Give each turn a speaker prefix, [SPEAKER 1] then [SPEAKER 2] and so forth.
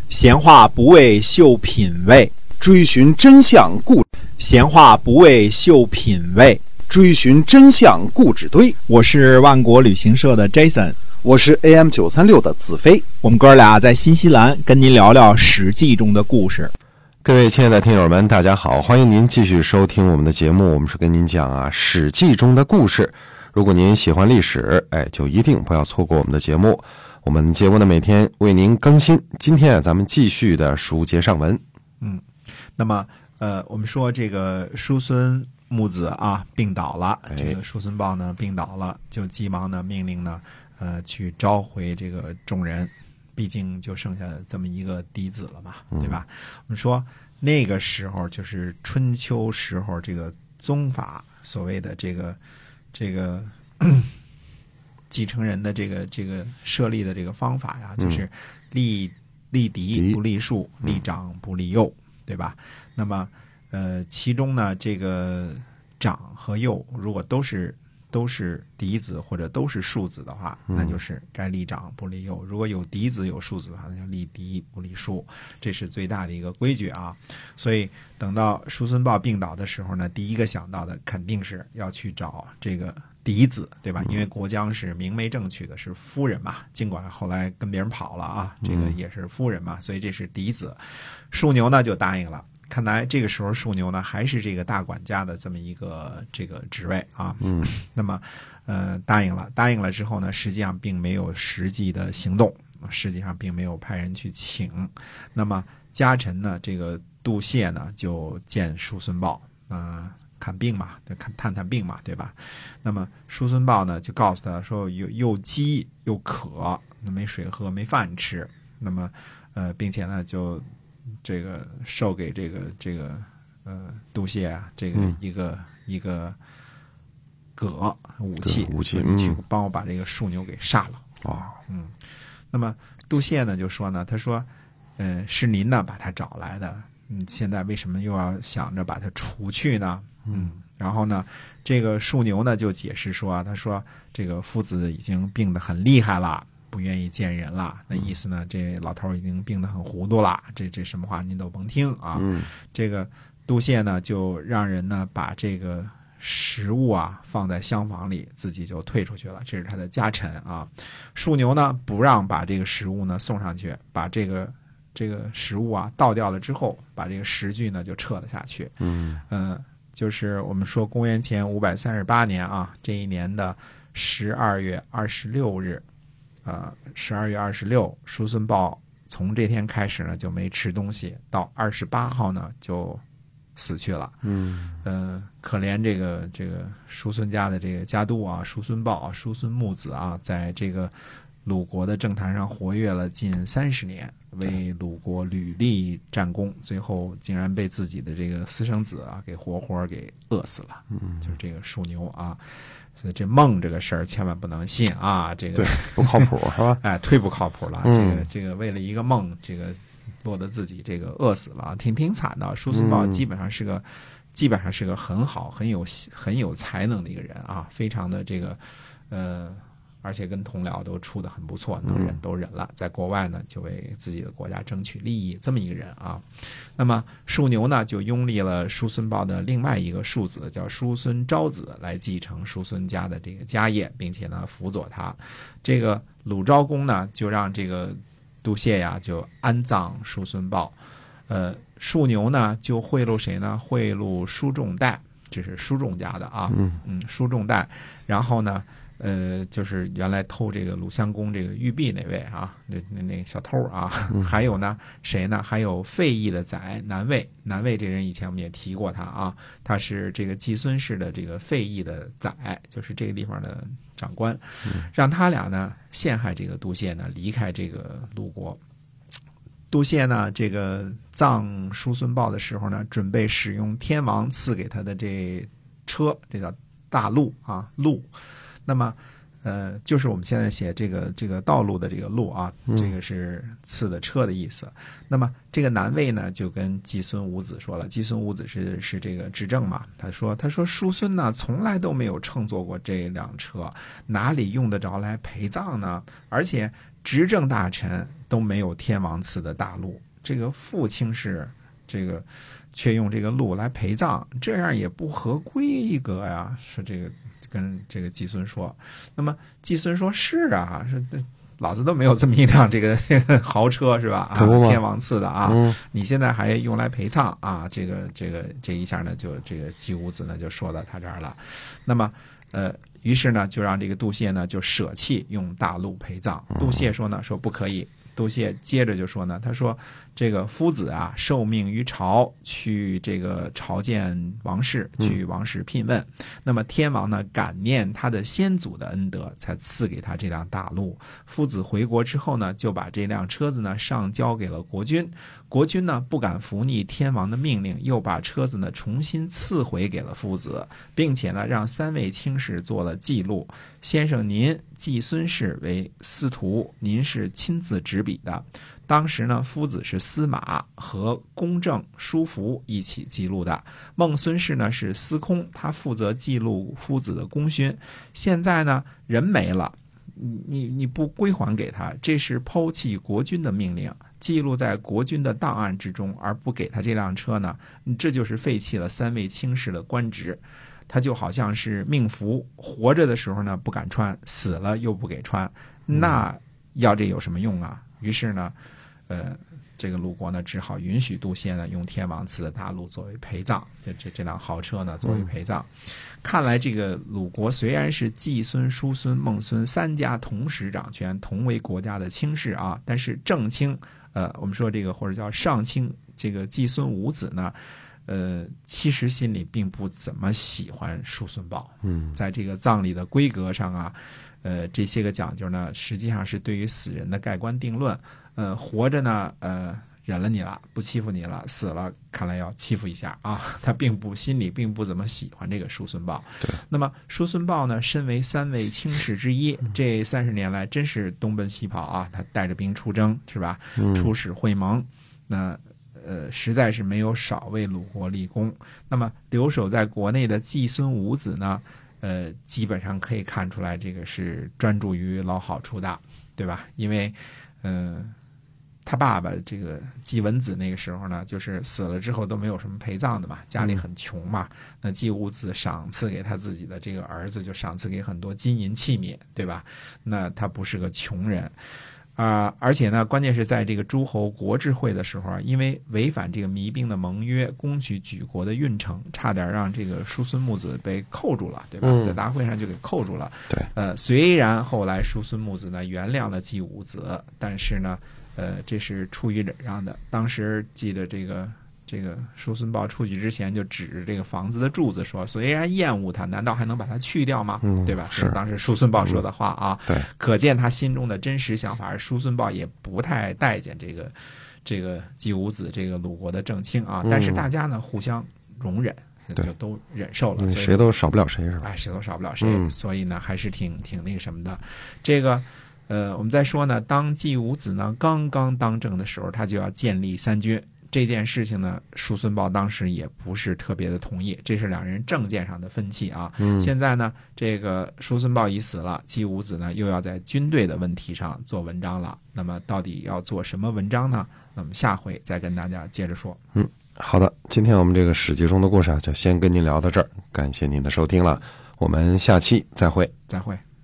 [SPEAKER 1] 闲话不为秀品味，
[SPEAKER 2] 追寻真相故
[SPEAKER 1] 闲话不为秀品味，
[SPEAKER 2] 追寻真相故纸堆。
[SPEAKER 1] 我是万国旅行社的 Jason，
[SPEAKER 2] 我是 AM936 的子飞。
[SPEAKER 1] 我们哥俩在新西兰跟您聊聊《史记》中的故事。
[SPEAKER 3] 各位亲爱的听友们，大家好，欢迎您继续收听我们的节目。我们是跟您讲《史记》中的故事。如果您喜欢历史，就一定不要错过我们的节目。我们节目呢每天为您更新。今天咱们继续的书接上文。
[SPEAKER 1] 那么我们说这个叔孙木子病倒了，这个叔孙豹呢病倒了，就急忙呢命令呢去召回这个众人，毕竟就剩下这么一个嫡子了嘛，对吧？我们说那个时候就是春秋时候，这个宗法所谓的这个继承人的这个设立的这个方法呀，就是立嫡不立庶，立长不立幼，对吧？那么其中呢，这个长和幼如果都是嫡子或者都是庶子的话，那就是该立长不立幼。如果有嫡子有庶子的话，那就立嫡不立庶，这是最大的一个规矩啊。所以等到叔孙豹病倒的时候呢，第一个想到的肯定是要去找这个嫡子，对吧？因为国将是明媒正娶的，是夫人嘛，尽管后来跟别人跑了这个也是夫人嘛，所以这是嫡子。庶牛呢就答应了。看来这个时候庶牛呢还是这个大管家的这么一个这个职位啊。那么答应了之后呢，实际上并没有实际的行动，实际上并没有派人去请。那么家臣呢，这个杜谢呢就见叔孙豹看病嘛，探病嘛，对吧？那么叔孙豹呢就告诉他说又饥又渴，没水喝没饭吃，那么并且呢就这个授给这个杜谢这个一个戈武器，去帮我把这个庶牛给杀了。那么杜谢呢就说呢，他说是您呢把他找来的，现在为什么又要想着把他除去呢？然后呢这个庶牛呢就解释说，他说这个夫子已经病得很厉害了，不愿意见人了，那意思呢，这老头已经病得很糊涂了，这什么话您都甭听啊。这个杜谢呢就让人呢把这个食物放在厢房里，自己就退出去了，这是他的家臣啊。庶牛呢不让把这个食物呢送上去，把这个食物倒掉了之后，把这个食具呢就撤了下去。就是我们说公元前538年这一年的12月26日，12月26，叔孙豹从这天开始呢就没吃东西，到28号呢就死去了。可怜这个叔孙家的这个家督叔孙豹叔孙木子在这个鲁国的政坛上活跃了近30年，为鲁国屡立战功，最后竟然被自己的这个私生子给活给饿死了。就是这个庶牛所以这梦这个事儿千万不能信这个
[SPEAKER 3] 对不靠谱是吧？
[SPEAKER 1] 忒不靠谱了。这个为了一个梦，这个落得自己这个饿死了，挺惨的。叔孙豹基本上是个很好很有才能的一个人非常的这个而且跟同僚都处得很不错，能忍都忍了，在国外呢就为自己的国家争取利益，这么一个人那么庶牛呢就拥立了叔孙豹的另外一个庶子，叫叔孙昭子，来继承叔孙家的这个家业，并且呢辅佐他。这个鲁昭公呢就让这个杜谢就安葬叔孙豹。庶牛呢就贿赂谁呢？贿赂叔仲代，这是叔仲家的叔仲代。然后呢就是原来偷这个鲁襄公这个玉璧那位那个小偷还有呢谁呢？还有费邑的宰南魏这人，以前我们也提过他他是这个季孙氏的这个费邑的宰，就是这个地方的长官，让他俩呢陷害这个杜谢呢离开这个鲁国。杜谢呢这个葬叔孙豹的时候呢，准备使用天王赐给他的这车，这叫大路路。那么就是我们现在写这个道路的这个路这个是赐的车的意思。那么这个南魏呢就跟季孙五子说了，季孙五子是这个执政嘛，他说叔孙呢从来都没有乘坐过这辆车，哪里用得着来陪葬呢？而且执政大臣都没有天王赐的大禄，这个父亲是这个却用这个禄来陪葬，这样也不合规格呀。说这个跟这个季孙说，那么季孙说是啊，说老子都没有这么一辆这个豪车是吧？天王赐的啊，你现在还用来陪葬啊？这一下呢，就这个季武子呢就说到他这儿了。那么于是呢就让这个杜谢呢就舍弃用大禄陪葬。杜谢说呢说不可以。杜谢接着就说呢，他说这个夫子啊受命于朝，去这个朝见王室，去王室聘问。那么天王呢感念他的先祖的恩德，才赐给他这辆大禄。夫子回国之后呢，就把这辆车子呢上交给了国君。国君呢不敢服逆天王的命令，又把车子呢重新赐回给了夫子，并且呢让3位卿士做了记录。先生您季孙氏为司徒，您是亲自执笔的。当时呢夫子是司马，和公正、叔服一起记录的。孟孙氏呢是司空，他负责记录夫子的功勋。现在呢人没了，你不归还给他，这是抛弃国君的命令，记录在国君的档案之中，而不给他这辆车呢，这就是废弃了3位卿士的官职。他就好像是命符，活着的时候呢不敢穿，死了又不给穿，那要这有什么用啊？于是呢这个鲁国呢只好允许杜谢呢用天王赐的大禄作为陪葬，这辆豪车呢作为陪葬。看来这个鲁国虽然是季孙、叔孙、孟孙3家同时掌权，同为国家的卿士啊，但是正卿我们说这个或者叫上卿这个季孙武子呢其实心里并不怎么喜欢叔孙豹。在这个葬礼的规格上啊这些个讲究呢实际上是对于死人的盖棺定论。活着呢忍了你了，不欺负你了，死了看来要欺负一下啊，他心里并不怎么喜欢这个叔孙豹。那么叔孙豹呢身为3位卿士之一，这30年来真是东奔西跑啊，他带着兵出征是吧，出使会盟，那实在是没有少为鲁国立功。那么留守在国内的季孙武子呢基本上可以看出来这个是专注于捞好处的，对吧？因为他爸爸这个季文子那个时候呢就是死了之后都没有什么陪葬的嘛，家里很穷嘛，那季武子赏赐给他自己的这个儿子就赏赐给很多金银器皿，对吧？那他不是个穷人而且呢关键是在这个诸侯国治会的时候因为违反这个弭兵的盟约，攻取举国的运城，差点让这个叔孙木子被扣住了，对吧？在大会上就给扣住了。
[SPEAKER 3] 对，
[SPEAKER 1] 虽然后来叔孙木子呢原谅了季武子，但是呢这是出于忍让的。当时记得这个叔孙豹出去之前就指着这个房子的柱子说，虽然厌恶他，难道还能把它去掉吗？对吧？是当时叔孙豹说的话啊。对，可见他心中的真实想法。叔孙豹也不太待见这个季武子这个鲁国的正卿啊，但是大家呢互相容忍，就都忍受了，
[SPEAKER 3] 谁都少不了谁是吧？
[SPEAKER 1] 谁都少不了谁，所以呢还是挺那什么的。这个我们再说呢，当季武子呢刚刚当政的时候，他就要建立3军。这件事情呢，叔孙豹当时也不是特别的同意，这是2人政见上的分歧啊。现在呢，这个叔孙豹已死了，季武子呢又要在军队的问题上做文章了。那么到底要做什么文章呢？那么下回再跟大家接着说。
[SPEAKER 3] 好的，今天我们这个史记中的故事就先跟您聊到这儿，感谢您的收听了，我们下期再会。
[SPEAKER 1] 再会。